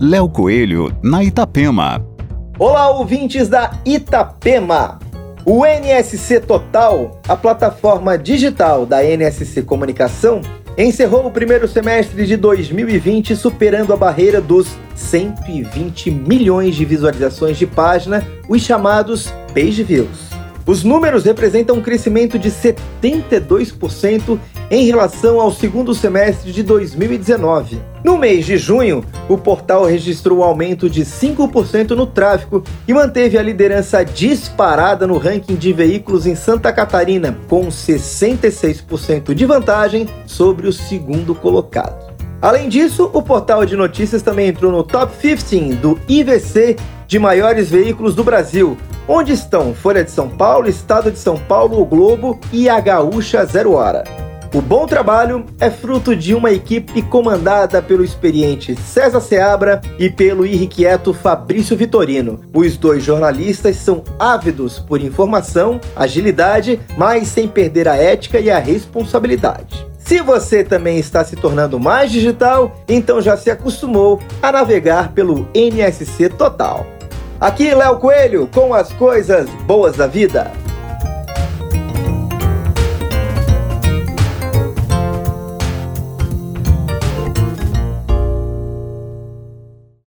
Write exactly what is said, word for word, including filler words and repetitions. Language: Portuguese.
Léo Coelho, na Itapema. Olá, ouvintes da Itapema! O N S C Total, a plataforma digital da N S C Comunicação, encerrou o primeiro semestre de dois mil e vinte superando a barreira dos cento e vinte milhões de visualizações de página, os chamados page views. Os números representam um crescimento de setenta e dois por cento em relação ao segundo semestre de dois mil e dezenove. No mês de junho, o portal registrou um aumento de cinco por cento no tráfego e manteve a liderança disparada no ranking de veículos em Santa Catarina, com sessenta e seis por cento de vantagem sobre o segundo colocado. Além disso, o portal de notícias também entrou no Top quinze do I V C de maiores veículos do Brasil, onde estão Folha de São Paulo, Estado de São Paulo, O Globo e a Gaúcha Zero Hora. O bom trabalho é fruto de uma equipe comandada pelo experiente César Seabra e pelo irrequieto Fabrício Vitorino. Os dois jornalistas são ávidos por informação, agilidade, mas sem perder a ética e a responsabilidade. Se você também está se tornando mais digital, então já se acostumou a navegar pelo N S C Total. Aqui Léo Coelho com as coisas boas da vida.